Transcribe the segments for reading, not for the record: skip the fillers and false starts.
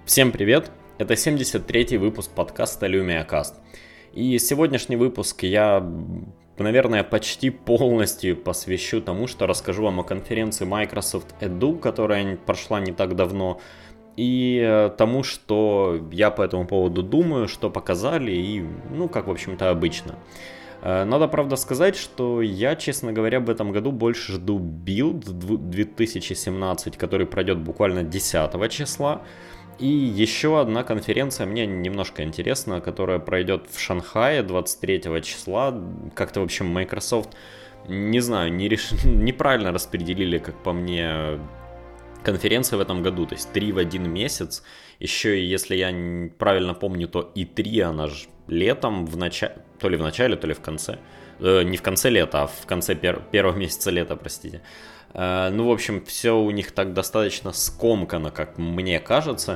Всем привет! Это 73-й выпуск подкаста LumiaCast. И сегодняшний выпуск я, наверное, почти полностью посвящу тому, что расскажу вам о конференции Microsoft Edu, которая прошла не так давно, и тому, что я по этому поводу думаю, что показали, и, как, в общем-то, обычно. Надо, правда, сказать, что я, честно говоря, в этом году больше жду Build 2017, который пройдет буквально 10 числа. И еще одна конференция мне немножко интересна, которая пройдет в Шанхае 23 числа. Как-то, в общем, Microsoft, не знаю, неправильно распределили, как по мне, конференции в этом году. То есть 3 в один месяц. Еще и, если я правильно помню, то E3, она же летом, то ли в начале, то ли в конце. Не в конце лета, а в конце первого месяца лета, простите. В общем, все у них так достаточно скомкано, как мне кажется.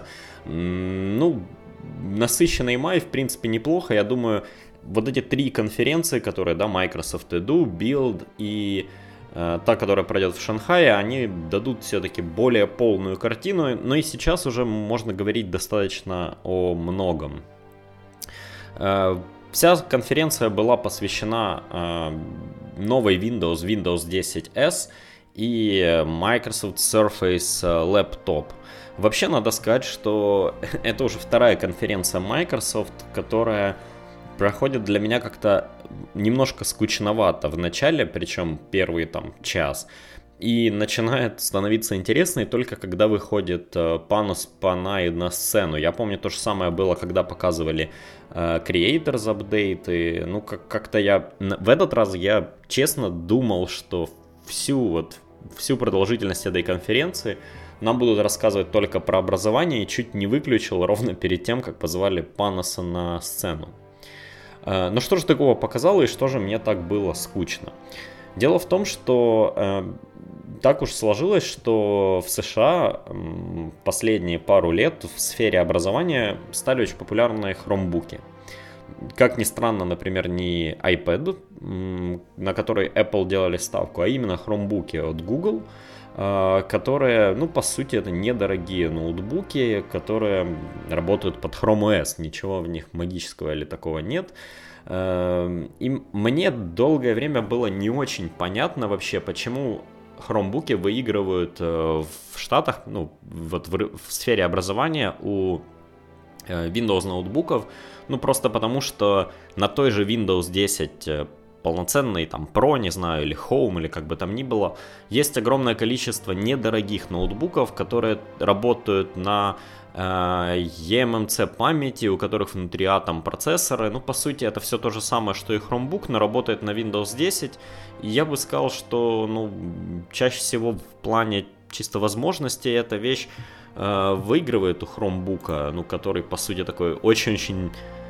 Насыщенный май, в принципе, неплохо. Я думаю, вот эти 3 конференции, которые, Microsoft Edu, Build и та, которая пройдет в Шанхае, они дадут все-таки более полную картину. Но и сейчас уже можно говорить достаточно о многом. Вся конференция была посвящена новой Windows 10s и Microsoft Surface Laptop. Вообще, надо сказать, что это уже вторая конференция Microsoft, которая проходит для меня как-то немножко скучновато в начале, причем первый час. И начинает становиться интересной только когда выходит Panos Panay на сцену. Я помню, то же самое было, когда показывали Creators Update. Как-то в этот раз я честно думал, что всю продолжительность этой конференции нам будут рассказывать только про образование, и чуть не выключил ровно перед тем, как позвали Паноса на сцену. Но что же такого показало, и что же мне так было скучно? Дело в том, что так уж сложилось, что в США последние пару лет в сфере образования стали очень популярны хромбуки. Как ни странно, например, не iPad, на который Apple делали ставку, а именно хромбуки от Google, которые, по сути, это недорогие ноутбуки, которые работают под Chrome OS. Ничего в них магического или такого нет. И мне долгое время было не очень понятно вообще, почему хромбуки выигрывают в Штатах, в сфере образования у Windows ноутбуков, просто потому что на той же Windows 10 полноценный, Pro, не знаю, или Home, или как бы там ни было, есть огромное количество недорогих ноутбуков, которые работают на eMMC памяти, у которых внутри Atom процессоры. По сути, это все то же самое, что и Chromebook, но работает на Windows 10. И я бы сказал, что, чаще всего в плане чисто возможностей эта вещь выигрывает у Chromebook, который, по сути, такой очень-очень...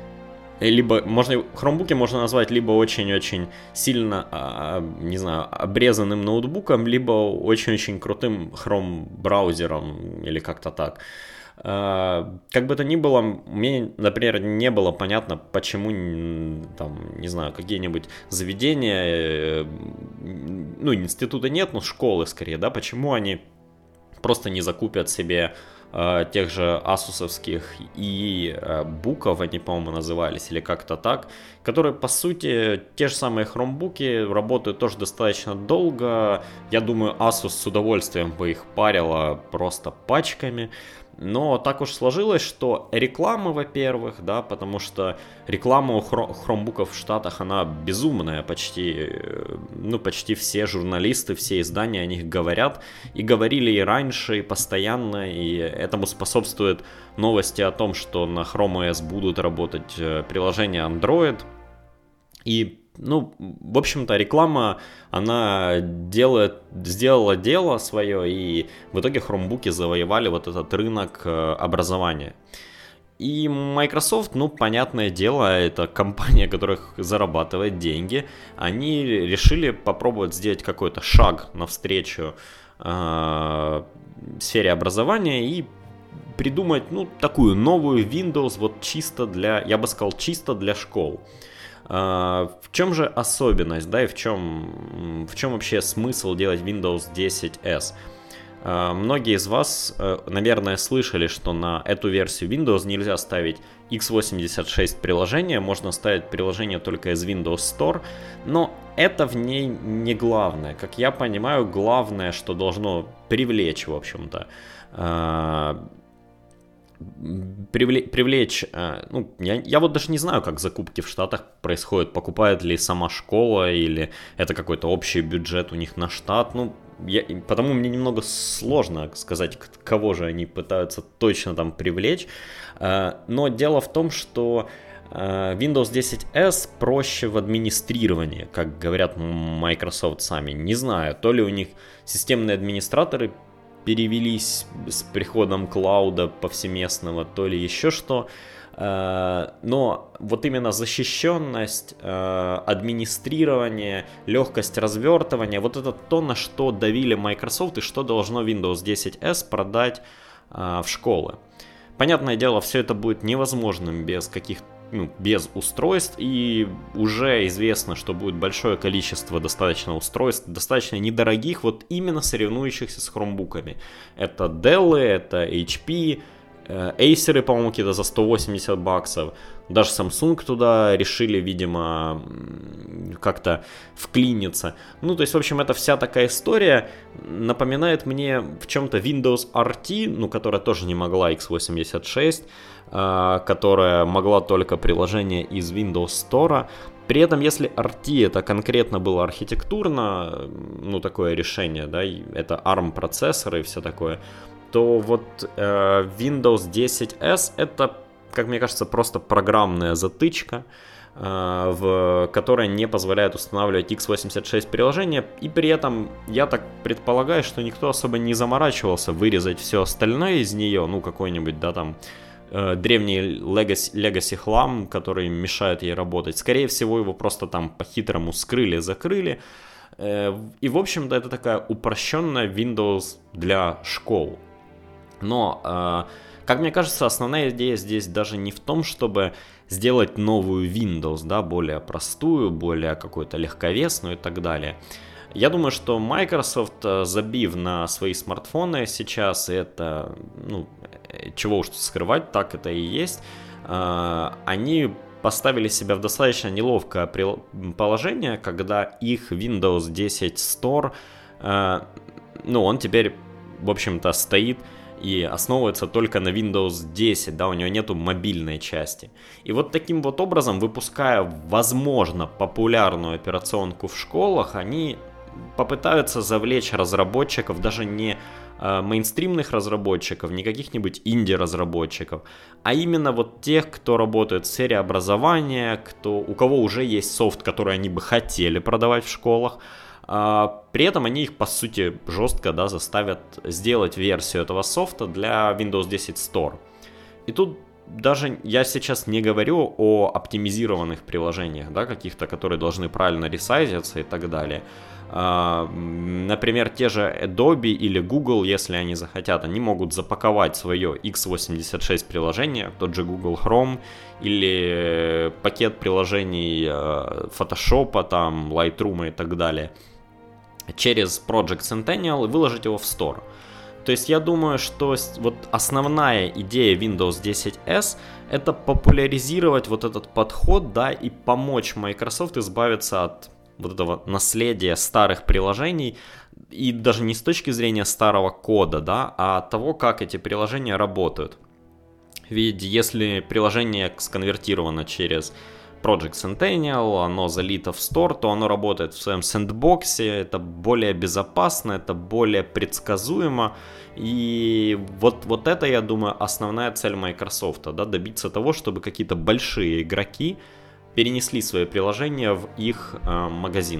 Хромбуки можно назвать либо очень-очень сильно, не знаю, обрезанным ноутбуком, либо очень-очень крутым хром-браузером, или как-то так. Как бы то ни было, мне, например, не было понятно, почему, не знаю, какие-нибудь заведения, института нет, но школы скорее, почему они просто не закупят себе тех же асусовских и буков, они, по-моему, назывались, или как-то так, которые, по сути, те же самые хромбуки, работают тоже достаточно долго. Я думаю, Asus с удовольствием бы их парила просто пачками. Но так уж сложилось, что реклама, во-первых, потому что реклама у хромбуков в Штатах, она безумная, почти все журналисты, все издания о них говорят, и говорили и раньше, и постоянно, и этому способствуют новости о том, что на Chrome OS будут работать приложения Android, и в общем-то, реклама, она сделала дело свое, и в итоге хромбуки завоевали вот этот рынок образования. И Microsoft, понятное дело, это компания, которая зарабатывает деньги, они решили попробовать сделать какой-то шаг навстречу сфере образования и придумать, такую новую Windows, я бы сказал, чисто для школ. В чем же особенность, и в чем вообще смысл делать Windows 10s? Многие из вас, наверное, слышали, что на эту версию Windows нельзя ставить x86 приложение, можно ставить приложение только из Windows Store, но это в ней не главное. Как я понимаю, главное, что должно привлечь, в общем-то, привлечь, ну, я вот даже не знаю, как закупки в Штатах происходят, покупает ли сама школа или это какой-то общий бюджет у них на штат, ну, потому мне немного сложно сказать, кого же они пытаются точно там привлечь, но дело в том, что Windows 10s проще в администрировании, как говорят Microsoft сами, не знаю, то ли у них системные администраторы перевелись с приходом клауда повсеместного, то ли еще что. Но вот именно защищенность, администрирование, легкость развертывания, вот это то, на что давили Microsoft и что должно Windows 10s продать в школы. Понятное дело, все это будет невозможным без без устройств, и уже известно, что будет большое количество достаточно устройств, достаточно недорогих, вот именно соревнующихся с хромбуками. Это Dell, это HP, Acer, по-моему, какие-то за $180. Даже Samsung туда решили, видимо, как-то вклиниться. Ну, то есть, в общем, это вся такая история напоминает мне в чем-то Windows RT, ну, которая тоже не могла x86, которая могла только приложение из Windows Store. При этом, если RT это конкретно было архитектурно, ну, такое решение, да, это ARM процессоры и все такое, то вот Windows 10s это, как мне кажется, просто программная затычка, которая не позволяет устанавливать x86 приложения, и при этом я так предполагаю, что никто особо не заморачивался вырезать все остальное из нее, ну какой-нибудь, да, там древний legacy хлам, который мешает ей работать. Скорее всего, его просто там по-хитрому скрыли, закрыли. И, в общем-то, это такая упрощенная Windows для школ. Но, как мне кажется, основная идея здесь даже не в том, чтобы сделать новую Windows, да, более простую, более какую-то легковесную и так далее. Я думаю, что Microsoft, забив на свои смартфоны сейчас, и это, ну, чего уж тут скрывать, так это и есть, они поставили себя в достаточно неловкое положение, когда их Windows 10 Store, ну, он теперь, в общем-то, стоит и основывается только на Windows 10, да, у него нету мобильной части. И вот таким вот образом, выпуская, возможно, популярную операционку в школах, они попытаются завлечь разработчиков, даже не мейнстримных разработчиков, не каких-нибудь инди-разработчиков, а именно вот тех, кто работает в сфере образования, у кого уже есть софт, который они бы хотели продавать в школах. При этом они их, по сути, жестко, да, заставят сделать версию этого софта для Windows 10 Store. И тут даже я сейчас не говорю о оптимизированных приложениях, да, каких-то, которые должны правильно ресайзиться и так далее. Например, те же Adobe или Google, если они захотят, они могут запаковать свое x86 приложение, тот же Google Chrome или пакет приложений Photoshop, там, Lightroom и так далее, через Project Centennial и выложить его в Store. То есть я думаю, что вот основная идея Windows 10s это популяризировать вот этот подход, да, и помочь Microsoft избавиться от вот этого наследия старых приложений, и даже не с точки зрения старого кода, да, а от того, как эти приложения работают. Ведь если приложение сконвертировано через Project Centennial, оно залито в Store, то оно работает в своем сэндбоксе, это более безопасно, это более предсказуемо, и вот это, я думаю, основная цель Microsoft, да, добиться того, чтобы какие-то большие игроки перенесли свои приложения в их магазин.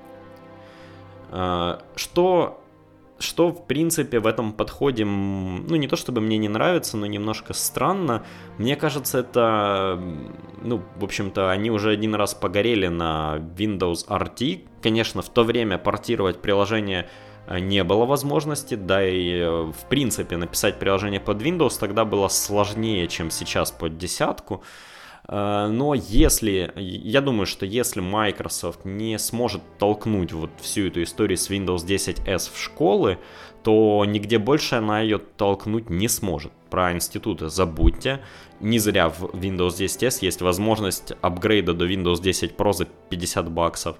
Что в принципе в этом подходе, ну не то чтобы мне не нравится, но немножко странно. Мне кажется, это, ну, в общем-то, они уже один раз погорели на Windows RT. Конечно, в то время портировать приложение не было возможности, да и в принципе написать приложение под Windows тогда было сложнее, чем сейчас под десятку. Но если, я думаю, что если Microsoft не сможет толкнуть вот всю эту историю с Windows 10S в школы, то нигде больше она ее толкнуть не сможет. Про институты забудьте. Не зря в Windows 10S есть возможность апгрейда до Windows 10 Pro за $50.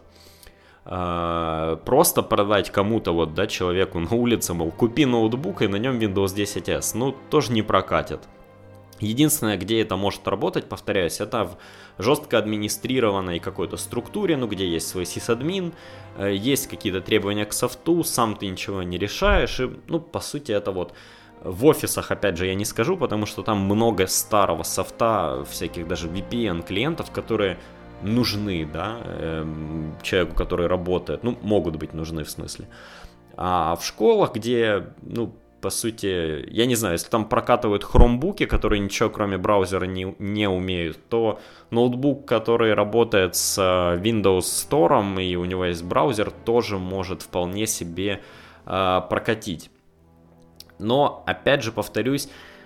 Просто продать кому-то, вот, да, человеку на улице, мол, купи ноутбук и на нем Windows 10S, ну, тоже не прокатит. Единственное, где это может работать, повторяюсь, это в жестко администрированной какой-то структуре, ну, где есть свой сисадмин, есть какие-то требования к софту, сам ты ничего не решаешь, и, ну, по сути, это вот в офисах, опять же, я не скажу, потому что там много старого софта, всяких даже VPN-клиентов, которые нужны, да, человеку, который работает, ну, могут быть нужны в смысле. А в школах, где, ну, по сути, я не знаю, если там прокатывают хромбуки, которые ничего кроме браузера не умеют, то ноутбук, который работает с Windows Store и у него есть браузер, тоже может вполне себе прокатить. Но, опять же, повторюсь,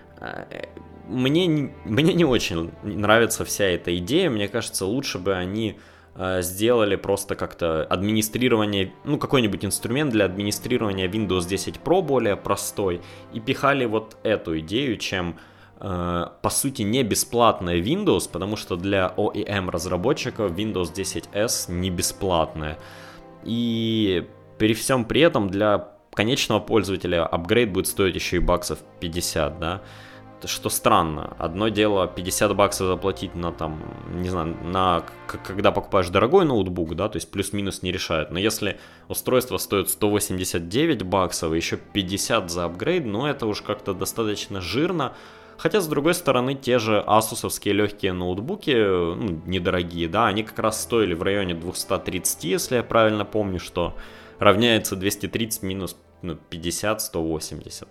мне не очень нравится вся эта идея. Мне кажется, лучше бы они сделали просто как-то администрирование, ну, какой-нибудь инструмент для администрирования Windows 10 Pro более простой, и пихали вот эту идею, чем, по сути, не бесплатная Windows, потому что для OEM разработчиков Windows 10S не бесплатная. И при всем при этом для конечного пользователя апгрейд будет стоить еще и баксов 50, да, что странно. Одно дело $50 заплатить на там, не знаю, на когда покупаешь дорогой ноутбук, да, то есть плюс-минус не решает. Но если устройство стоит $189 и еще 50 за апгрейд, ну это уж как-то достаточно жирно. Хотя, с другой стороны, те же асусовские легкие ноутбуки, ну, недорогие, да, они как раз стоили в районе 230, если я правильно помню, что равняется 230 минус 50, 180.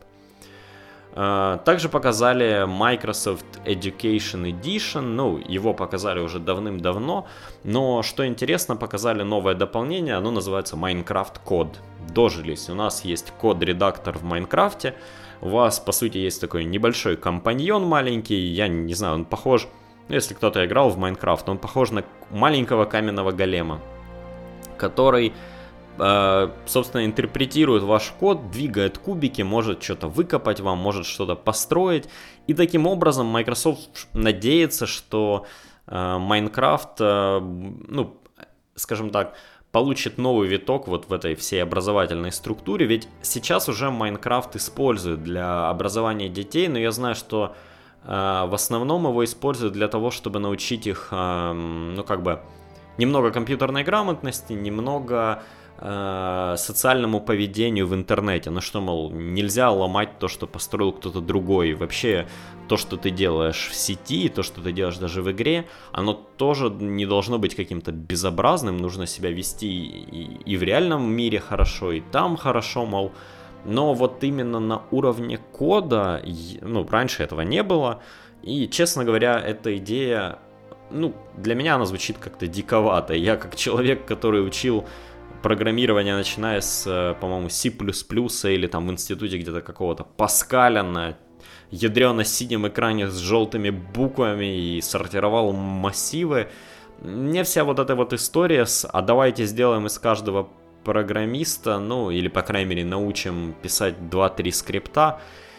Также показали Microsoft Education Edition, ну, его показали уже давным-давно, но, что интересно, показали новое дополнение, оно называется Minecraft Code. Дожились, у нас есть код-редактор в Майнкрафте, у вас, по сути, есть такой небольшой компаньон маленький, я не знаю, он похож, если кто-то играл в Майнкрафт, он похож на маленького каменного голема, который, собственно, интерпретирует ваш код, двигает кубики, может что-то выкопать вам, может что-то построить. И таким образом Microsoft надеется, что Minecraft, ну, скажем так, получит новый виток вот в этой всей образовательной структуре. Ведь сейчас уже Minecraft используют для образования детей, но я знаю, что в основном его используют для того, чтобы научить их, ну, как бы, немного компьютерной грамотности, немного социальному поведению в интернете. Ну что, мол, нельзя ломать то, что построил кто-то другой. И вообще, то, что ты делаешь в сети, то, что ты делаешь даже в игре, оно тоже не должно быть каким-то безобразным. Нужно себя вести и в реальном мире хорошо, и там хорошо, мол. Но вот именно на уровне кода, ну, раньше этого не было. И, честно говоря, эта идея, ну, для меня она звучит как-то диковато. Я, как человек, который учил программирование, начиная с, по-моему, C++ или там в институте где-то какого-то Паскаля на ядрено-синем экране с желтыми буквами и сортировал массивы. Мне вся вот эта вот история с «а давайте сделаем из каждого программиста», ну, или, по крайней мере, научим писать 2-3 скрипта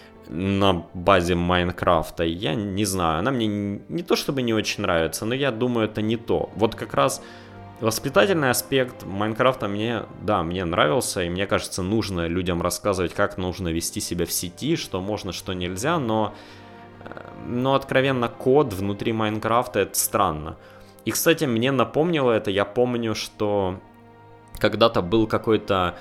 на базе Майнкрафта, я не знаю, она мне не то чтобы не очень нравится, но я думаю, это не то. Вот как раз воспитательный аспект Майнкрафта мне нравился, и мне кажется, нужно людям рассказывать, как нужно вести себя в сети, что можно, что нельзя, но откровенно код внутри Майнкрафта — это странно. И, кстати, мне напомнило это, я помню, что когда-то был какое-то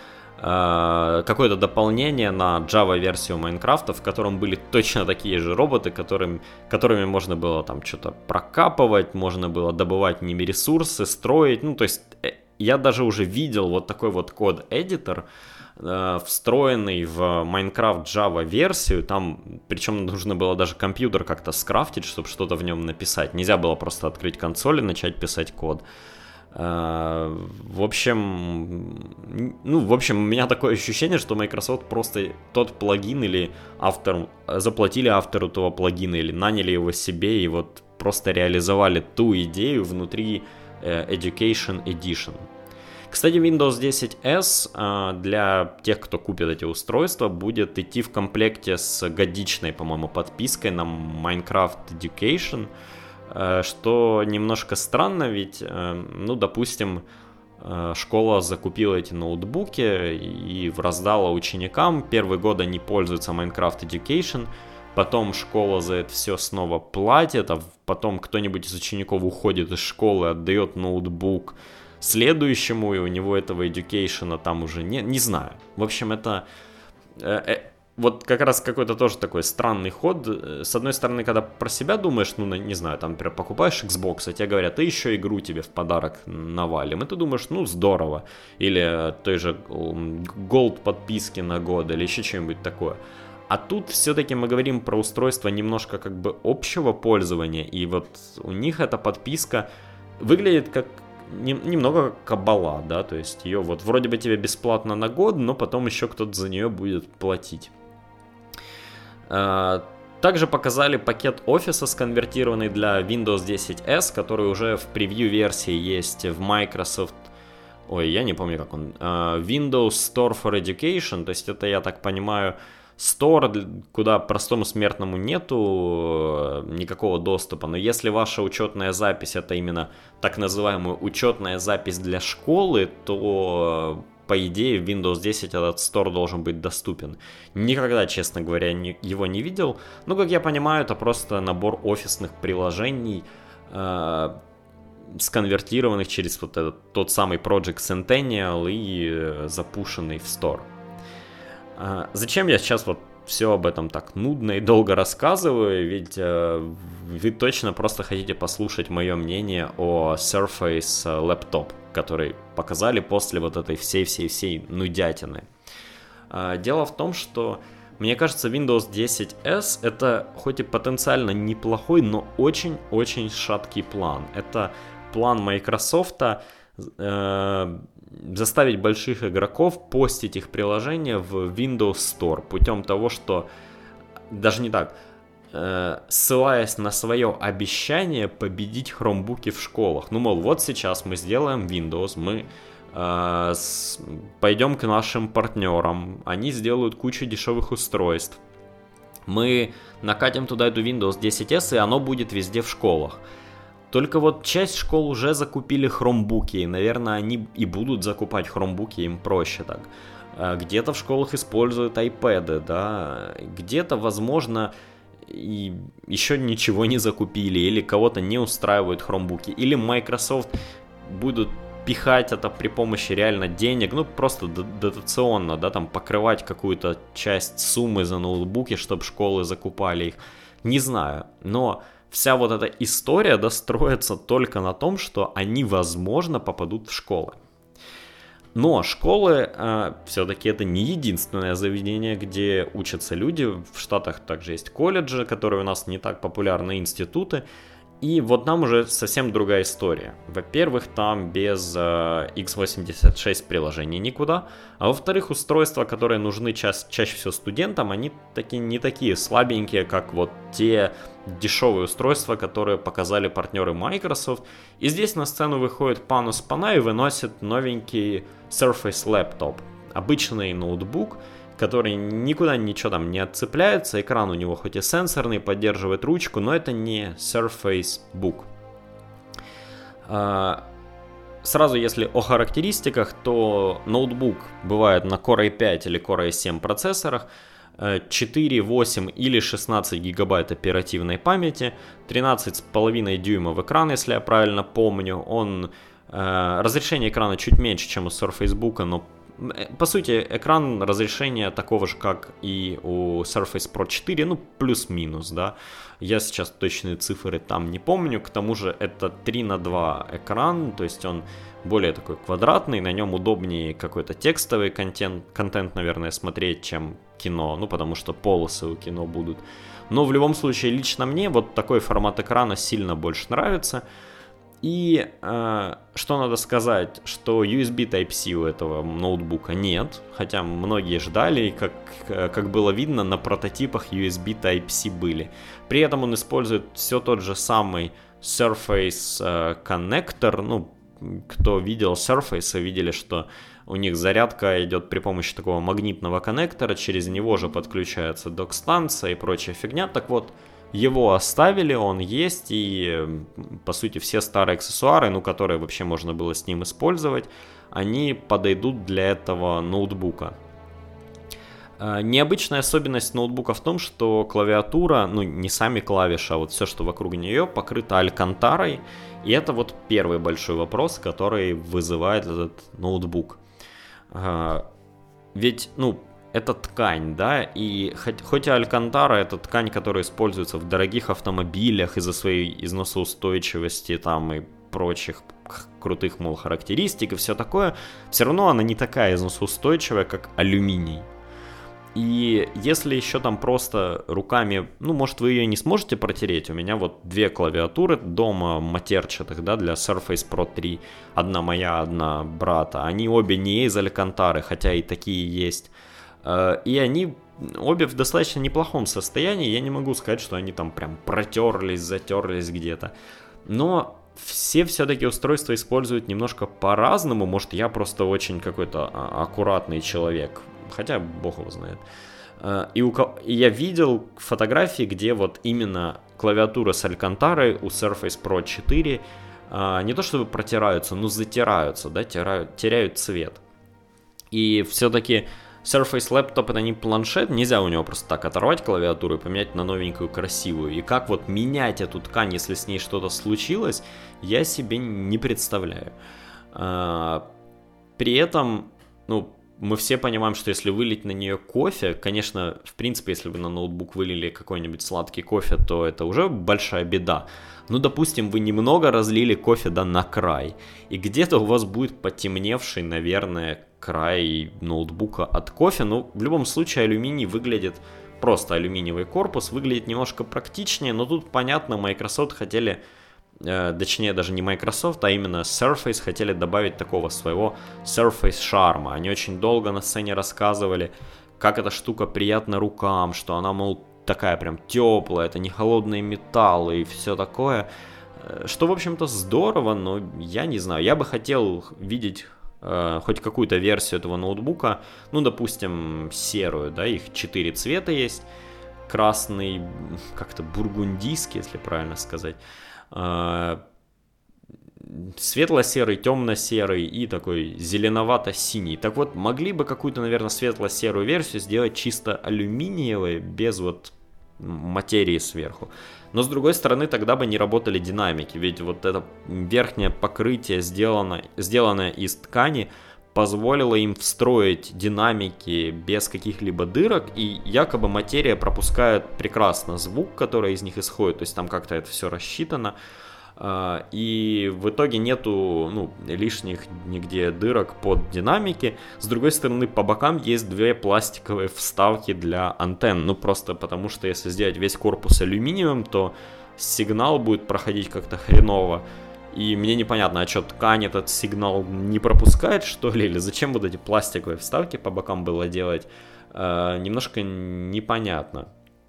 дополнение на Java-версию Майнкрафта, в котором были точно такие же роботы, которыми можно было там что-то прокапывать, можно было добывать ними ресурсы, строить. Ну, то есть я даже уже видел вот такой вот код-эдитор, встроенный в Minecraft Java-версию. Там, причем нужно было даже компьютер как-то скрафтить, чтобы что-то в нем написать. Нельзя было просто открыть консоль и начать писать код. В общем, у меня такое ощущение, что Microsoft просто тот плагин или заплатили автору того плагина или наняли его себе и вот просто реализовали ту идею внутри Education Edition. Кстати, Windows 10S для тех, кто купит эти устройства, будет идти в комплекте с годичной, по-моему, подпиской на Minecraft Education, что немножко странно, ведь, допустим, школа закупила эти ноутбуки и раздала ученикам. Первый год они пользуются Minecraft Education, потом школа за это все снова платит, а потом кто-нибудь из учеников уходит из школы, отдает ноутбук следующему, и у него этого Education там уже не знаю. В общем, это... Вот как раз какой-то тоже такой странный ход. С одной стороны, когда про себя думаешь, не знаю, там, например, покупаешь Xbox, а тебе говорят, и еще игру тебе в подарок навалим. И ты думаешь, здорово. Или той же Gold подписки на год, или еще что-нибудь такое. А тут все-таки мы говорим про устройство немножко как бы общего пользования. И вот у них эта подписка выглядит как... немного как кабала, да, то есть ее вот вроде бы тебе бесплатно на год, но потом еще кто-то за нее будет платить. Также показали пакет офиса, сконвертированный для Windows 10S, который уже в превью-версии есть в Microsoft. Ой, я не помню, как он. Windows Store for Education, то есть это, я так понимаю, Store, куда простому смертному нету никакого доступа. Но если ваша учетная запись это именно так называемая учетная запись для школы, то по идее в Windows 10 этот Store должен быть доступен. Никогда, честно говоря, его не видел. Но, как я понимаю, это просто набор офисных приложений, сконвертированных через вот этот, тот самый Project Centennial и запушенный в Store. Зачем я сейчас вот все об этом так нудно и долго рассказываю, ведь вы точно просто хотите послушать мое мнение о Surface Laptop, который показали после вот этой всей нудятины. Дело в том, что мне кажется, Windows 10S это хоть и потенциально неплохой, но очень-очень шаткий план. Это план Microsoft заставить больших игроков постить их приложения в Windows Store путем того, что даже не так, ссылаясь на свое обещание победить хромбуки в школах. Мол, вот сейчас мы сделаем Windows, мы пойдем к нашим партнерам, они сделают кучу дешевых устройств, мы накатим туда эту Windows 10S, и оно будет везде в школах. Только вот часть школ уже закупили хромбуки, и, наверное, они и будут закупать хромбуки, им проще так. Где-то в школах используют iPad'ы, да, где-то, возможно, и еще ничего не закупили, или кого-то не устраивают хромбуки, или Microsoft будут пихать это при помощи реально денег, просто дотационно, да, там покрывать какую-то часть суммы за ноутбуки, чтобы школы закупали их. Не знаю, но вся вот эта история достроится только на том, что они, возможно, попадут в школы. Но школы все-таки это не единственное заведение, где учатся люди. В Штатах также есть колледжи, которые у нас не так популярны, институты. И вот там уже совсем другая история. Во-первых, там без x86 приложений никуда. А во-вторых, устройства, которые нужны чаще всего студентам, они не такие слабенькие, как вот те дешевые устройства, которые показали партнеры Microsoft. И здесь на сцену выходит Панус Пана и выносит новенький Surface Laptop. Обычный ноутбук, который никуда ничего там не отцепляется, экран у него хоть и сенсорный, поддерживает ручку, но это не Surface Book. Сразу, если о характеристиках, то ноутбук бывает на Core i5 или Core i7 процессорах, 4, 8 или 16 гигабайт оперативной памяти, 13,5 дюймов экран, если я правильно помню. Разрешение экрана чуть меньше, чем у Surface Book, но по сути, экран разрешения такого же, как и у Surface Pro 4, плюс-минус, да. Я сейчас точные цифры там не помню, к тому же это 3:2 экран, то есть он более такой квадратный, на нем удобнее какой-то текстовый контент, наверное, смотреть, чем кино, потому что полосы у кино будут. Но в любом случае, лично мне вот такой формат экрана сильно больше нравится. И что надо сказать, что USB Type-C у этого ноутбука нет, хотя многие ждали, и как было видно, на прототипах USB Type-C были. При этом он использует все тот же самый Surface Connector. Ну, кто видел Surface, видели, что у них зарядка идет при помощи такого магнитного коннектора, через него же подключается док-станция и прочая фигня. Так вот, его оставили, он есть, и, по сути, все старые аксессуары, ну, которые вообще можно было с ним использовать, они подойдут для этого ноутбука. Необычная особенность ноутбука в том, что клавиатура, ну, не сами клавиши, а вот все, что вокруг нее, покрыто алькантарой, и это вот первый большой вопрос, который вызывает этот ноутбук. Ведь, ну, это ткань, да, и хоть и алькантара это ткань, которая используется в дорогих автомобилях из-за своей износоустойчивости там и прочих крутых, мол, характеристик и все такое, все равно она не такая износоустойчивая, как алюминий. И если еще там просто руками, ну, может, вы ее не сможете протереть, у меня вот две клавиатуры дома матерчатых, да, для Surface Pro 3, одна моя, одна брата, они обе не из алькантары, хотя и такие есть. И они обе в достаточно неплохом состоянии. Я не могу сказать, что они там прям протерлись, затерлись где-то. Но все все-таки устройства используют немножко по-разному. Может, я просто очень какой-то аккуратный человек. Хотя, бог его знает. И я видел фотографии, где вот именно клавиатура с алькантарой у Surface Pro 4 не то чтобы протираются, но затираются, да, теряют цвет. И все-таки Surface Laptop это не планшет, нельзя у него просто так оторвать клавиатуру и поменять на новенькую красивую. И как вот менять эту ткань, если с ней что-то случилось, я себе не представляю. При этом, ну, мы все понимаем, что если вылить на нее кофе, конечно, в принципе, если вы на ноутбук вылили какой-нибудь сладкий кофе, то это уже большая беда. Ну, допустим, вы немного разлили кофе, да, на край, и где-то у вас будет потемневший, наверное, край ноутбука от кофе. Но в любом случае алюминий выглядит, просто алюминиевый корпус выглядит немножко практичнее, но тут, понятно, Microsoft хотели, точнее даже не Microsoft, а именно Surface хотели добавить такого своего Surface шарма. Они очень долго на сцене рассказывали, как эта штука приятна рукам, что она, мол, такая прям теплая, это не холодные металлы и все такое. Что, в общем-то, здорово, но я не знаю, я бы хотел видеть хоть какую-то версию этого ноутбука, ну, допустим, серую, да, их 4 цвета есть, красный, как-то бургундийский, если правильно сказать, светло-серый, темно-серый и такой зеленовато-синий. Так вот, могли бы какую-то, наверное, светло-серую версию сделать чисто алюминиевой, без вот материи сверху. Но с другой стороны, тогда бы не работали динамики, ведь вот это верхнее покрытие, сделанное из ткани, позволило им встроить динамики без каких-либо дырок, и якобы материя пропускает прекрасно звук, который из них исходит, то есть там как-то это все рассчитано. И в итоге нету лишних нигде дырок под динамики. С другой стороны, по бокам есть две пластиковые вставки для антенн. Ну просто потому, что если сделать весь корпус алюминиевым, то сигнал будет проходить как-то хреново. И мне непонятно, а что, ткань этот сигнал не пропускает, что ли? Или зачем вот эти пластиковые вставки по бокам было делать? Немножко непонятно.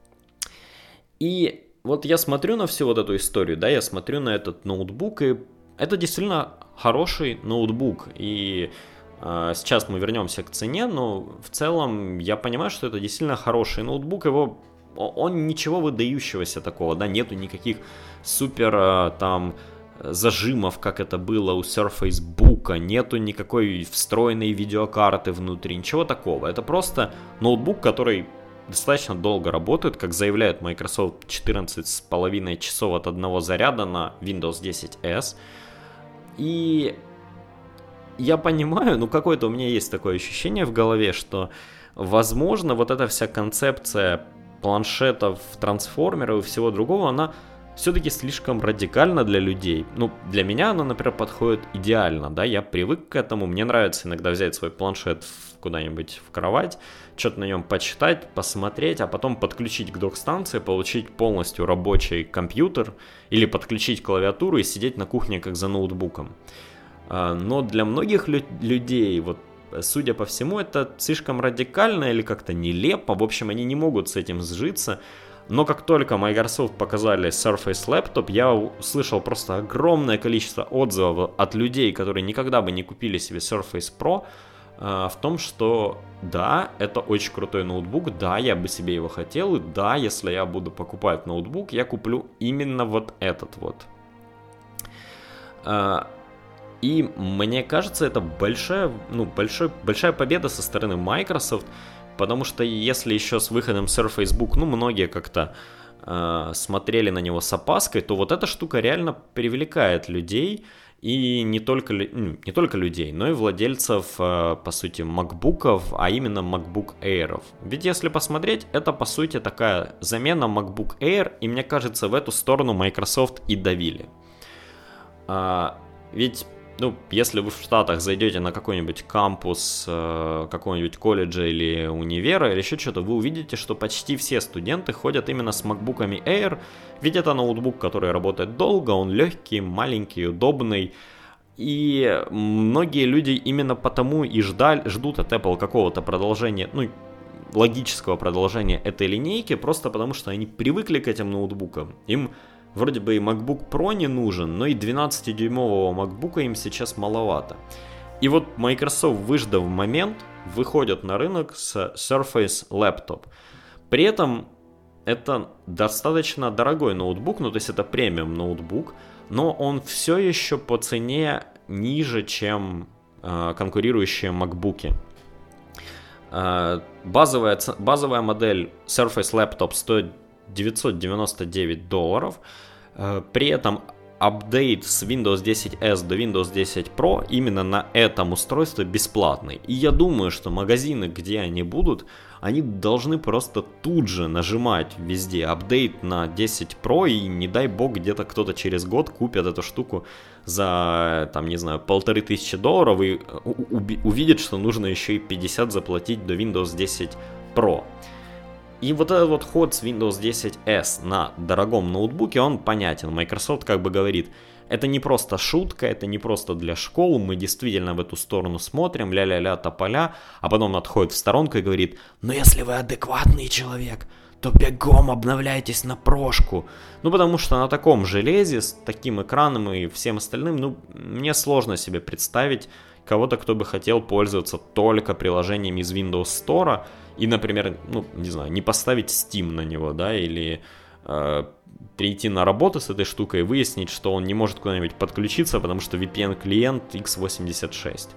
И вот я смотрю на всю вот эту историю, да, я смотрю на этот ноутбук, и это действительно хороший ноутбук. И сейчас мы вернемся к цене, но в целом я понимаю, что это действительно хороший ноутбук. Он ничего выдающегося такого, да, нету никаких супер там зажимов, как это было у Surface Book, нету никакой встроенной видеокарты внутри, ничего такого. Это просто ноутбук, который достаточно долго работает, как заявляет Microsoft, 14,5 часов от одного заряда на Windows 10S. И я понимаю, какое-то у меня есть такое ощущение в голове, что, возможно, вот эта вся концепция планшетов, трансформеров и всего другого, она все-таки слишком радикальна для людей. Для меня она, например, подходит идеально, да, я привык к этому, мне нравится иногда взять свой планшет в куда-нибудь в кровать, что-то на нем почитать, посмотреть, а потом подключить к док-станции, получить полностью рабочий компьютер или подключить клавиатуру и сидеть на кухне как за ноутбуком. Но для многих людей, вот, судя по всему, это слишком радикально или как-то нелепо. В общем, они не могут с этим сжиться. Но как только Microsoft показали Surface Laptop, я услышал просто огромное количество отзывов от людей, которые никогда бы не купили себе Surface Pro, в том, что да, это очень крутой ноутбук, да, я бы себе его хотел, и да, если я буду покупать ноутбук, я куплю именно вот этот вот. И мне кажется, это большая победа со стороны Microsoft, потому что если еще с выходом Surface Book, многие как-то смотрели на него с опаской, то вот эта штука реально привлекает людей, и не только людей, но и владельцев, по сути, MacBook'ов, а именно MacBook Air'ов. Ведь если посмотреть, это, по сути, такая замена MacBook Air, и мне кажется, в эту сторону Microsoft и давили. Ведь если вы в Штатах зайдете на какой-нибудь кампус какого-нибудь колледжа или универа или еще что-то, вы увидите, что почти все студенты ходят именно с MacBook'ами Air, ведь это ноутбук, который работает долго, он легкий, маленький, удобный. И многие люди именно потому и ждут от Apple какого-то продолжения, логического продолжения этой линейки, просто потому что они привыкли к этим ноутбукам. Им вроде бы и MacBook Pro не нужен, но и 12-дюймового MacBook'а им сейчас маловато. И вот Microsoft, выждав момент, выходит на рынок с Surface Laptop. При этом это достаточно дорогой ноутбук, то есть это премиум ноутбук, но он все еще по цене ниже, чем конкурирующие MacBook'и. Базовая модель Surface Laptop стоит $999. При этом апдейт с Windows 10S до Windows 10 Pro именно на этом устройстве бесплатный. И я думаю, что магазины, где они будут, они должны просто тут же нажимать везде апдейт на 10 Pro, и не дай бог где-то кто-то через год купит эту штуку за, $1500 и увидит, что нужно еще и 50 заплатить до Windows 10 Pro. И вот этот вот ход с Windows 10S на дорогом ноутбуке, он понятен. Microsoft как бы говорит, это не просто шутка, это не просто для школ, мы действительно в эту сторону смотрим, ля-ля-ля, тополя, а потом отходит в сторонку и говорит, но если вы адекватный человек, то бегом обновляйтесь на прошку. Потому что на таком железе, с таким экраном и всем остальным, мне сложно себе представить кого-то, кто бы хотел пользоваться только приложениями из Windows Store и, например, не поставить Steam на него, да, или прийти на работу с этой штукой и выяснить, что он не может куда-нибудь подключиться, потому что VPN-клиент x86.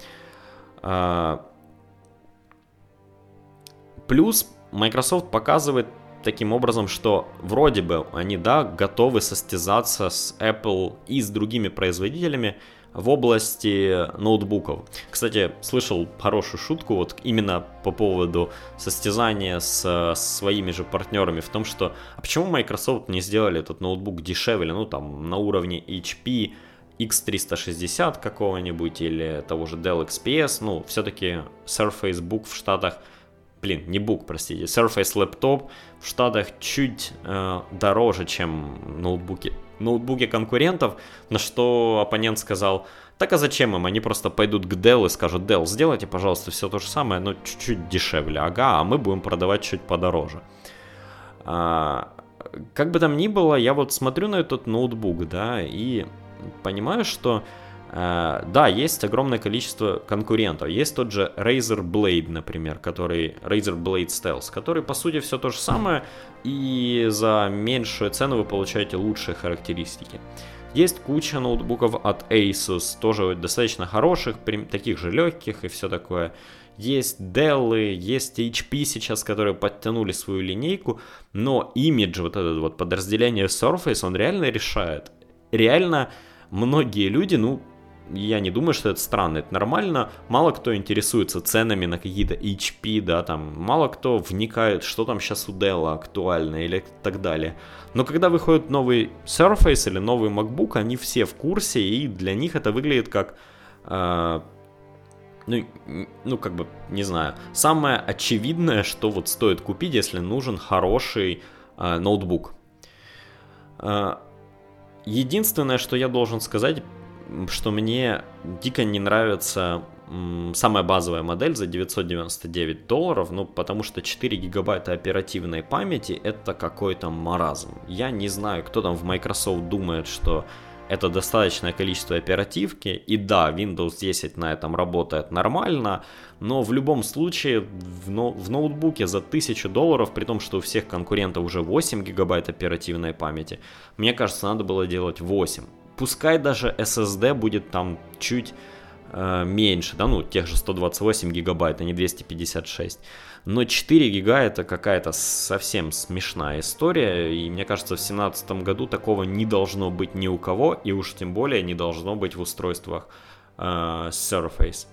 Плюс Microsoft показывает таким образом, что вроде бы они, готовы состязаться с Apple и с другими производителями в области ноутбуков. Кстати, слышал хорошую шутку вот именно по поводу состязания с своими же партнерами в том, что а почему Microsoft не сделали этот ноутбук дешевле, на уровне HP X360 какого-нибудь или того же Dell XPS, все-таки Surface Book в Штатах, Surface Laptop в Штатах чуть дороже, чем ноутбуки конкурентов, на что оппонент сказал, так а зачем им, они просто пойдут к Dell и скажут, Dell, сделайте, пожалуйста, все то же самое, но чуть-чуть дешевле, а мы будем продавать чуть подороже. Как бы там ни было, я вот смотрю на этот ноутбук, и понимаю, что есть огромное количество конкурентов. Есть тот же Razer Blade, например, Razer Blade Stealth, который по сути все то же самое, и за меньшую цену вы получаете лучшие характеристики. Есть куча ноутбуков от Asus, тоже достаточно хороших, таких же легких и все такое. Есть Dell, есть HP сейчас, которые подтянули свою линейку, но имидж, вот это вот подразделение Surface, он реально решает. Реально многие люди, я не думаю, что это странно, это нормально. Мало кто интересуется ценами на какие-то HP, мало кто вникает, что там сейчас у Dell актуально или так далее. Но когда выходит новый Surface или новый MacBook, они все в курсе, и для них это выглядит как как бы, не знаю, самое очевидное, что вот стоит купить, если нужен хороший ноутбук. Единственное, что я должен сказать, что мне дико не нравится самая базовая модель за $999, ну, потому что 4 гигабайта оперативной памяти это какой-то маразм. Я не знаю, кто там в Microsoft думает, что это достаточное количество оперативки, и да, Windows 10 на этом работает нормально, но в любом случае в ноутбуке за $1000, при том, что у всех конкурентов уже 8 гигабайт оперативной памяти, мне кажется, надо было делать 8. Пускай даже SSD будет там чуть меньше, да, ну, тех же 128 гигабайт, а не 256. Но 4 гига это какая-то совсем смешная история, и мне кажется, в 2017 году такого не должно быть ни у кого, и уж тем более не должно быть в устройствах Surface.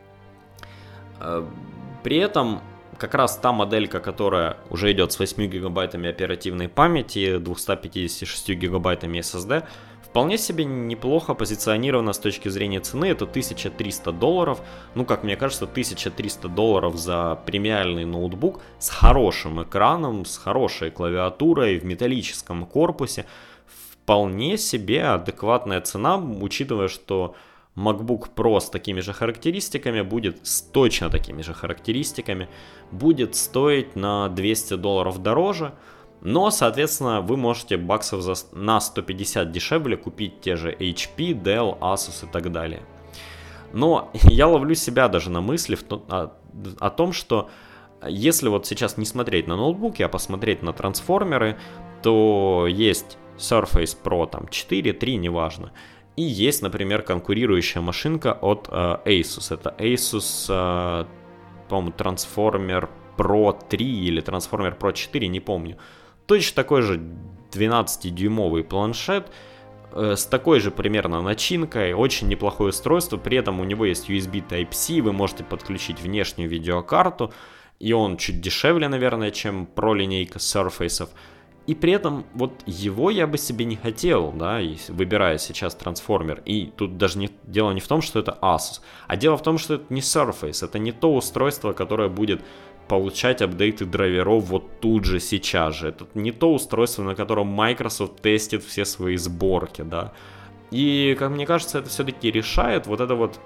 При этом как раз та моделька, которая уже идет с 8 гигабайтами оперативной памяти, 256 гигабайтами SSD, вполне себе неплохо позиционировано с точки зрения цены. Это $1300. Ну, как мне кажется, $1300 за премиальный ноутбук с хорошим экраном, с хорошей клавиатурой, в металлическом корпусе. Вполне себе адекватная цена, учитывая, что MacBook Pro с такими же характеристиками будет, с точно такими же характеристиками, будет стоить на $200 дороже. Но, соответственно, вы можете баксов на 150 дешевле купить те же HP, Dell, Asus и так далее. Но я ловлю себя даже на мысли о том, что если вот сейчас не смотреть на ноутбуки, а посмотреть на трансформеры, то есть Surface Pro там 4, 3, неважно. И есть, например, конкурирующая машинка от Asus. Это Asus, по-моему, Transformer Pro 3 или Transformer Pro 4, не помню. Точно такой же 12-дюймовый планшет с такой же примерно начинкой, очень неплохое устройство, при этом у него есть USB Type-C, вы можете подключить внешнюю видеокарту, и он чуть дешевле, наверное, чем Pro линейка Surface'ов. И при этом вот его я бы себе не хотел, да, выбирая сейчас трансформер. И тут даже дело не в том, что это Asus, а дело в том, что это не Surface, это не то устройство, которое будет получать апдейты драйверов вот тут же, сейчас же. Это не то устройство, на котором Microsoft тестит все свои сборки, да. И, как мне кажется, это все-таки решает вот это вот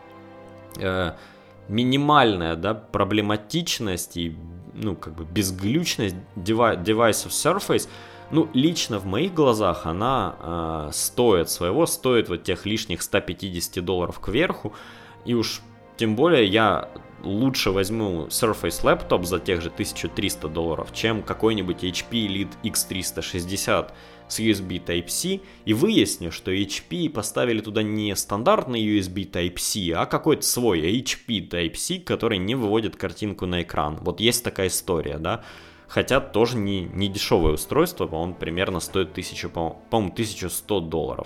минимальная, да, проблематичность и, ну, как бы безглючность девайсов Surface. Ну, лично в моих глазах она стоит своего, стоит вот тех лишних $150 кверху. И уж тем более я лучше возьму Surface Laptop за тех же $1300, чем какой-нибудь HP Elite X360 с USB Type-C, и выясню, что HP поставили туда не стандартный USB Type-C, а какой-то свой HP Type-C, который не выводит картинку на экран. Вот есть такая история, да. Хотя тоже не дешевое устройство, он примерно стоит по-моему, $1100.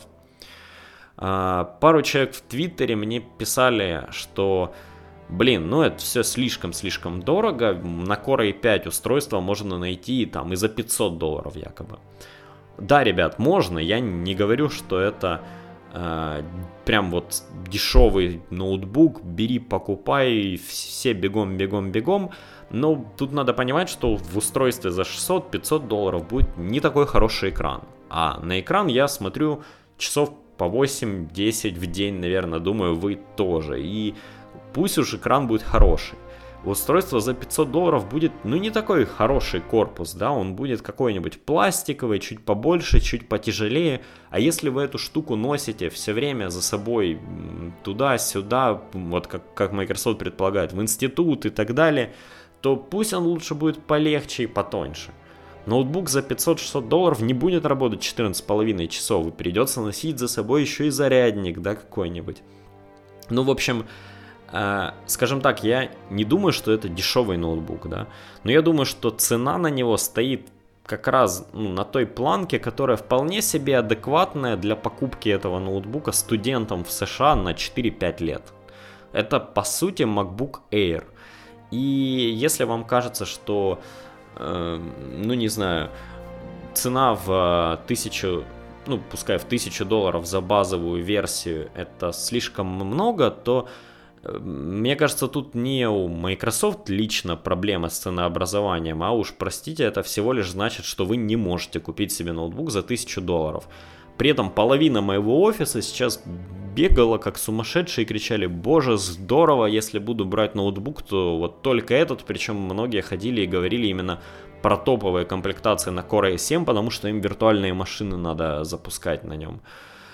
Пару человек в Твиттере мне писали, что ну это все слишком дорого, на Core i5 устройство можно найти там и за $500 якобы. Да, ребят, можно, я не говорю, что это прям вот дешевый ноутбук, бери, покупай, все бегом, но тут надо понимать, что в устройстве за $600-500 будет не такой хороший экран, а на экран я смотрю часов по 8-10 в день, наверное, думаю, вы тоже, и пусть уж экран будет хороший. Устройство за $500 будет, ну, не такой хороший корпус, да, он будет какой-нибудь пластиковый, чуть побольше, чуть потяжелее, а если вы эту штуку носите все время за собой туда-сюда, вот как Microsoft предполагает, в институт и так далее, то пусть он лучше будет полегче и потоньше. Ноутбук за $500-600 не будет работать 14,5 часов, и придется носить за собой еще и зарядник, да, какой-нибудь. Ну, в общем, скажем так, я не думаю, что это дешевый ноутбук, да, но я думаю, что цена на него стоит как раз на той планке, которая вполне себе адекватная для покупки этого ноутбука студентам в США на 4-5 лет. Это, по сути, MacBook Air. И если вам кажется, что, ну не знаю, цена в 1000, ну пускай в $1000 за базовую версию это слишком много, то Мне кажется, тут не у Microsoft лично проблема с ценообразованием, а уж, простите, это всего лишь значит, что вы не можете купить себе ноутбук за $1000. При этом половина моего офиса сейчас бегала как сумасшедшие и кричали: боже, здорово, если буду брать ноутбук, то вот только этот. Причем многие ходили и говорили именно про топовые комплектации на Core i7, потому что им виртуальные машины надо запускать на нем.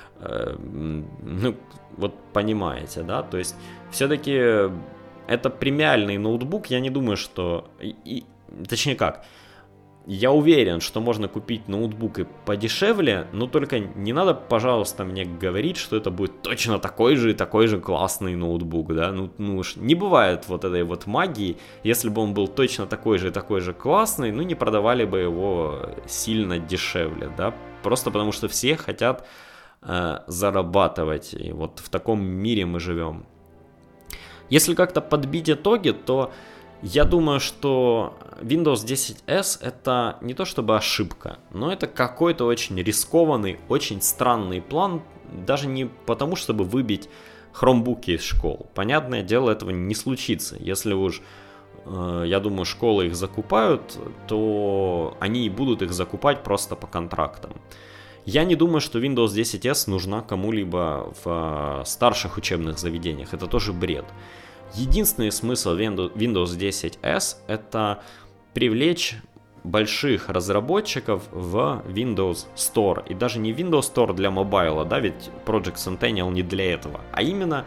Ну, вот понимаете, да? То есть, все-таки это премиальный ноутбук, я не думаю, что... Точнее как, я уверен, что можно купить ноутбук и подешевле, но только не надо, пожалуйста, мне говорить, что это будет точно такой же классный ноутбук, да? Ну уж не бывает вот этой вот магии. Если бы он был точно такой же классный, ну не продавали бы его сильно дешевле, да? Просто потому что все хотят зарабатывать, и вот в таком мире мы живем. Если как-то подбить итоги, то я думаю, что Windows 10s это не то чтобы ошибка, но это какой-то очень рискованный, очень странный план, даже не потому, чтобы выбить хромбуки из школ. Понятное дело, этого не случится. Если уж, я думаю, школы их закупают, то они и будут их закупать просто по контрактам. Я не думаю, что Windows 10s нужна кому-либо в старших учебных заведениях. Это тоже бред. Единственный смысл Windows 10s это привлечь больших разработчиков в Windows Store. И даже не Windows Store для мобайла, да, ведь Project Centennial не для этого. А именно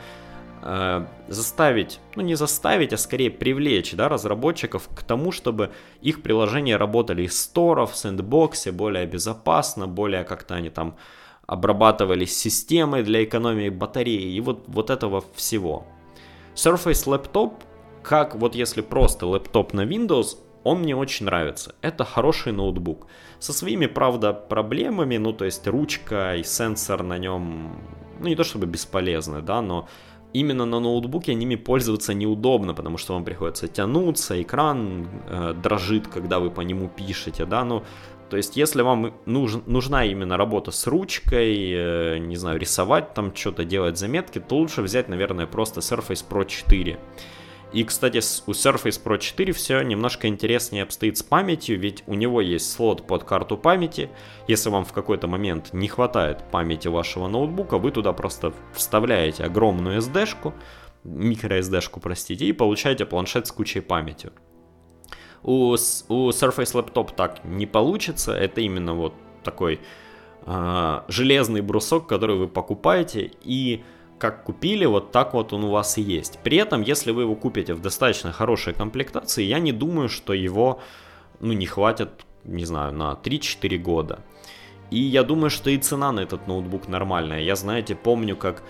заставить, ну не заставить, а скорее привлечь, да, разработчиков к тому, чтобы их приложения работали из сторов, в сэндбоксе, более безопасно, более как-то они там обрабатывались системой для экономии батареи и вот этого всего. Surface Laptop, как вот если просто лэптоп на Windows, он мне очень нравится. Это хороший ноутбук. Со своими, правда, проблемами, ну то есть ручка и сенсор на нем, ну не то чтобы бесполезны, да, но именно на ноутбуке ними пользоваться неудобно, потому что вам приходится тянуться, экран дрожит, когда вы по нему пишете, да, ну, то есть если вам нужна именно работа с ручкой, не знаю, рисовать там что-то, делать заметки, то лучше взять, наверное, просто Surface Pro 4. И, кстати, у Surface Pro 4 все немножко интереснее обстоит с памятью, ведь у него есть слот под карту памяти. Если вам в какой-то момент не хватает памяти вашего ноутбука, вы туда просто вставляете огромную SD-шку, microSD-шку, простите, и получаете планшет с кучей памяти. У Surface Laptop так не получится, это именно вот такой железный брусок, который вы покупаете, и как купили, вот так вот он у вас и есть. При этом, если вы его купите в достаточно хорошей комплектации, я не думаю, что его, ну, не хватит, не знаю, на 3-4 года. И я думаю, что и цена на этот ноутбук нормальная. Я, знаете, помню, как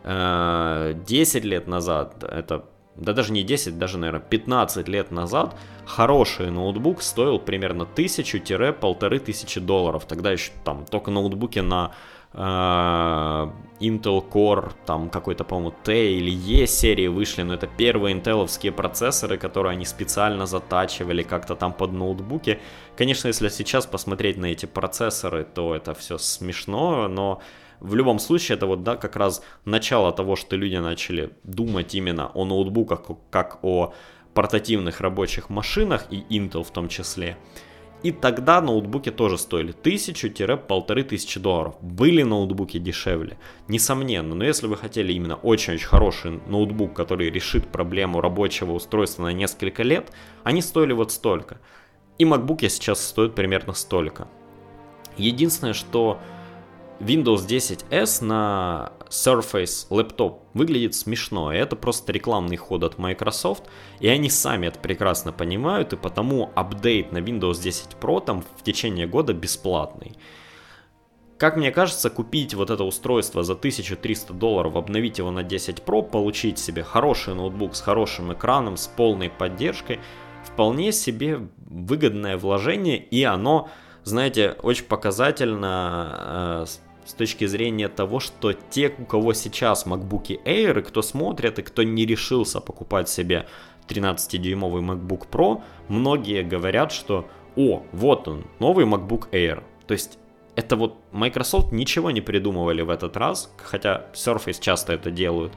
10 лет назад, да даже не 10, даже, наверное, 15 лет назад хороший ноутбук стоил примерно $1000-1500. Тогда еще там только ноутбуки на Intel Core, там какой-то, по-моему, T или E серии вышли, но это первые интеловские процессоры, которые они специально затачивали как-то там под ноутбуки. Конечно, если сейчас посмотреть на эти процессоры, то это все смешно, но в любом случае это вот, да, как раз начало того, что люди начали думать именно о ноутбуках как о портативных рабочих машинах, и Intel в том числе. И тогда ноутбуки тоже стоили $1000-1500. Были ноутбуки дешевле, несомненно. Но если вы хотели именно очень-очень хороший ноутбук, который решит проблему рабочего устройства на несколько лет, они стоили вот столько. И макбуки сейчас стоят примерно столько. Единственное, что Windows 10s на Surface Laptop выглядит смешно, и это просто рекламный ход от Microsoft, и они сами это прекрасно понимают, и потому апдейт на Windows 10 Pro там в течение года бесплатный. Как мне кажется, купить вот это устройство за $1300, обновить его на 10 Pro, получить себе хороший ноутбук с хорошим экраном, с полной поддержкой, вполне себе выгодное вложение, и оно, знаете, очень показательно с точки зрения того, что те, у кого сейчас MacBook Air, и кто смотрит, и кто не решился покупать себе 13-дюймовый MacBook Pro, многие говорят, что «О, вот он, новый MacBook Air». То есть это вот Microsoft ничего не придумывали в этот раз, хотя Surface часто это делают.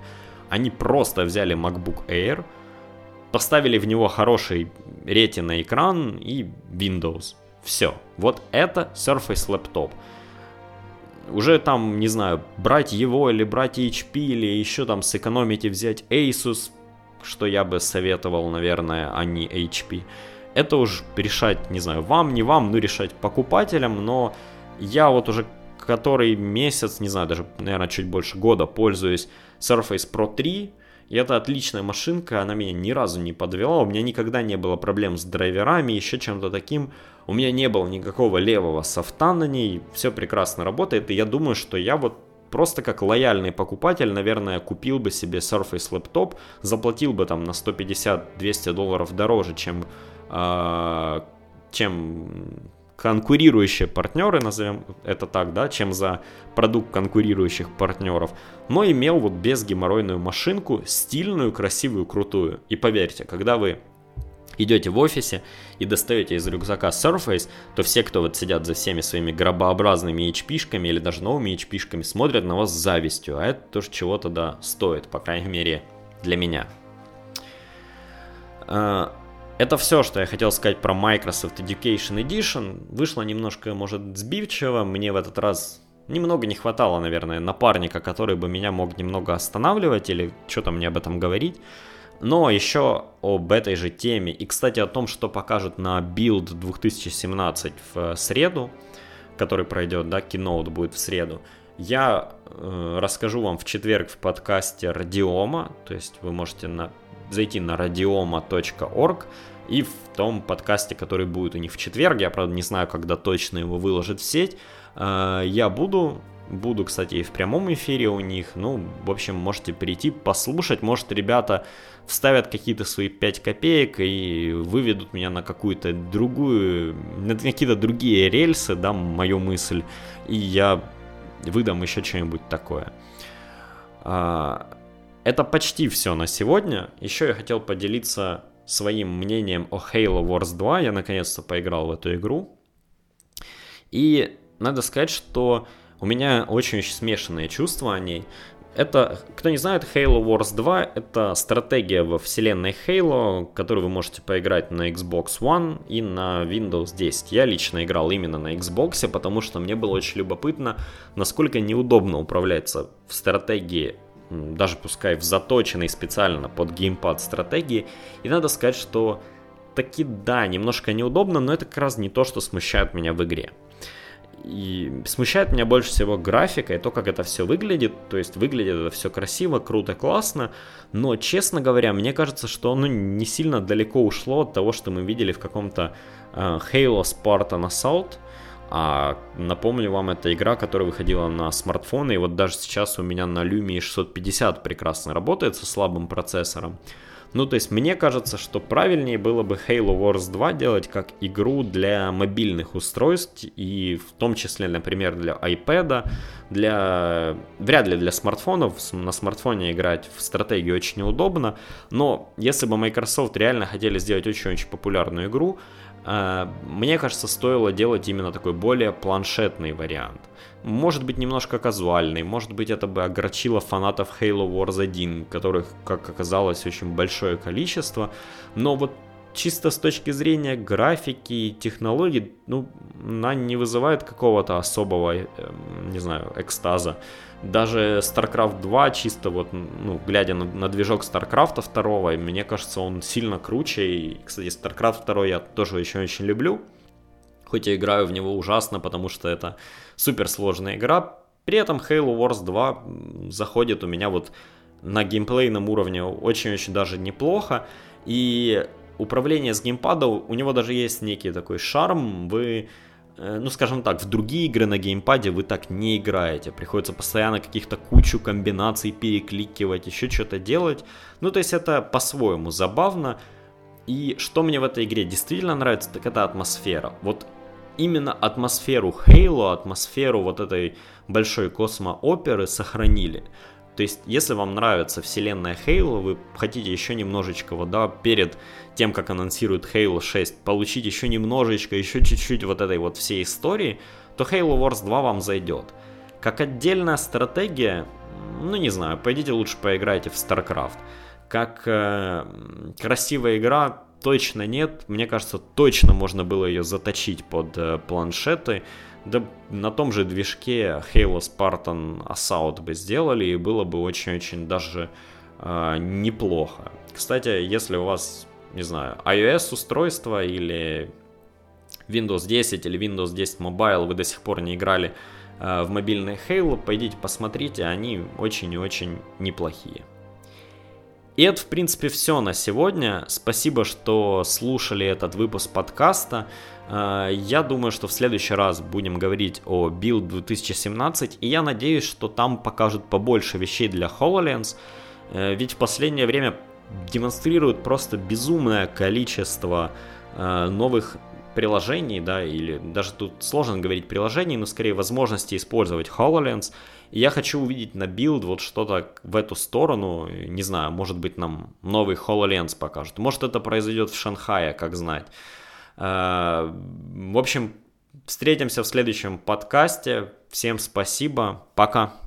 Они просто взяли MacBook Air, поставили в него хороший Retina экран и Windows. Все. Вот это Surface Laptop. Уже там, не знаю, брать его или брать HP, или еще там сэкономить и взять Asus, что я бы советовал, наверное, а не HP. Это уж решать, не знаю, вам, не вам, ну решать покупателям, но я вот уже который месяц, не знаю, даже, наверное, чуть больше года пользуюсь Surface Pro 3, и это отличная машинка, она меня ни разу не подвела, у меня никогда не было проблем с драйверами, еще чем-то таким, у меня не было никакого левого софта на ней, все прекрасно работает, и я думаю, что я вот просто как лояльный покупатель, наверное, купил бы себе Surface Laptop, заплатил бы там на $150-200 дороже, чем конкурирующие партнеры, назовем это так, да, чем за продукт конкурирующих партнеров, но имел вот безгеморройную машинку, стильную, красивую, крутую. И поверьте, когда вы идете в офисе и достаете из рюкзака Surface, то все, кто вот сидят за всеми своими гробообразными HP-шками или даже новыми HP-шками, смотрят на вас с завистью, а это тоже чего-то, да, стоит, по крайней мере, для меня. Это все, что я хотел сказать про Microsoft Education Edition. Вышло немножко, может, сбивчиво. Мне в этот раз немного не хватало, наверное, напарника, который бы меня мог немного останавливать или что-то мне об этом говорить. Но еще об этой же теме. И, кстати, о том, что покажут на Build 2017 в среду, который пройдет, да, Keynote будет в среду. Я расскажу вам в четверг в подкасте Radioma. То есть вы можете зайти на radioma.org и в том подкасте, который будет у них в четверг, я, правда, не знаю, когда точно его выложат в сеть, я буду, кстати, и в прямом эфире у них, ну, в общем, можете перейти, послушать, может, ребята вставят какие-то свои 5 копеек и выведут меня на какую-то другую, на какие-то другие рельсы, да, мою мысль, и я выдам еще что-нибудь такое. Это почти все на сегодня. Еще я хотел поделиться своим мнением о Halo Wars 2. Я наконец-то поиграл в эту игру. И надо сказать, что у меня очень-очень смешанные чувства о ней. Это, кто не знает, Halo Wars 2 это стратегия во вселенной Halo, которую вы можете поиграть на Xbox One и на Windows 10. Я лично играл именно на Xbox, потому что мне было очень любопытно, насколько неудобно управляться в стратегии, даже пускай в заточенной специально под геймпад стратегии. И надо сказать, что таки да, немножко неудобно, но это как раз не то, что смущает меня в игре. И смущает меня больше всего графика и то, как это все выглядит. То есть выглядит это все красиво, круто, классно. Но, честно говоря, мне кажется, что оно не сильно далеко ушло от того, что мы видели в каком-то Halo Spartan Assault. Напомню вам, это игра, которая выходила на смартфоны, и вот даже сейчас у меня на Lumia 650 прекрасно работает со слабым процессором. Ну, то есть, мне кажется, что правильнее было бы Halo Wars 2 делать как игру для мобильных устройств, и в том числе, например, для iPad, вряд ли для смартфонов. На смартфоне играть в стратегию очень неудобно, но если бы Microsoft реально хотели сделать очень-очень популярную игру, мне кажется, стоило делать именно такой более планшетный вариант. Может быть, немножко казуальный, может быть, это бы огорчило фанатов Halo Wars 1, которых, как оказалось, очень большое количество. Но вот чисто с точки зрения графики и технологий, ну, она не вызывает какого-то особого, не знаю, экстаза. Даже StarCraft 2, чисто вот, ну, глядя на движок StarCraft 2, мне кажется, он сильно круче. И, кстати, StarCraft 2 я тоже еще очень люблю. Хоть я играю в него ужасно, потому что это суперсложная игра. При этом Halo Wars 2 заходит у меня вот на геймплейном уровне очень-очень даже неплохо. И управление с геймпада, у него даже есть некий такой шарм. Вы, ну скажем так, в другие игры на геймпаде вы так не играете. Приходится постоянно каких-то кучу комбинаций перекликивать, еще что-то делать. Ну то есть это по-своему забавно. И что мне в этой игре действительно нравится, так это атмосфера. Вот именно атмосферу Halo, атмосферу вот этой большой космооперы сохранили. То есть, если вам нравится вселенная Halo, вы хотите еще немножечко, вот, да, перед тем, как анонсируют Halo 6, получить еще немножечко, еще чуть-чуть вот этой вот всей истории, то Halo Wars 2 вам зайдет. Как отдельная стратегия, ну не знаю, пойдите лучше поиграйте в StarCraft. Как красивая игра, точно нет. Мне кажется, точно можно было ее заточить под планшеты. Да на том же движке Halo Spartan Assault бы сделали, и было бы очень-очень даже неплохо. Кстати, если у вас, не знаю, iOS устройство или Windows 10 или Windows 10 Mobile, вы до сих пор не играли в мобильные Halo, пойдите посмотрите, они очень и очень неплохие. И это, в принципе, все на сегодня. Спасибо, что слушали этот выпуск подкаста. Я думаю, что в следующий раз будем говорить о Build 2017, и я надеюсь, что там покажут побольше вещей для HoloLens, ведь в последнее время демонстрируют просто безумное количество новых приложений, да, или даже тут сложно говорить приложений, но скорее возможности использовать HoloLens. И я хочу увидеть на Build вот что-то в эту сторону, не знаю, может быть нам новый HoloLens покажут, может это произойдет в Шанхае, как знать. В общем, встретимся в следующем подкасте, всем спасибо, пока.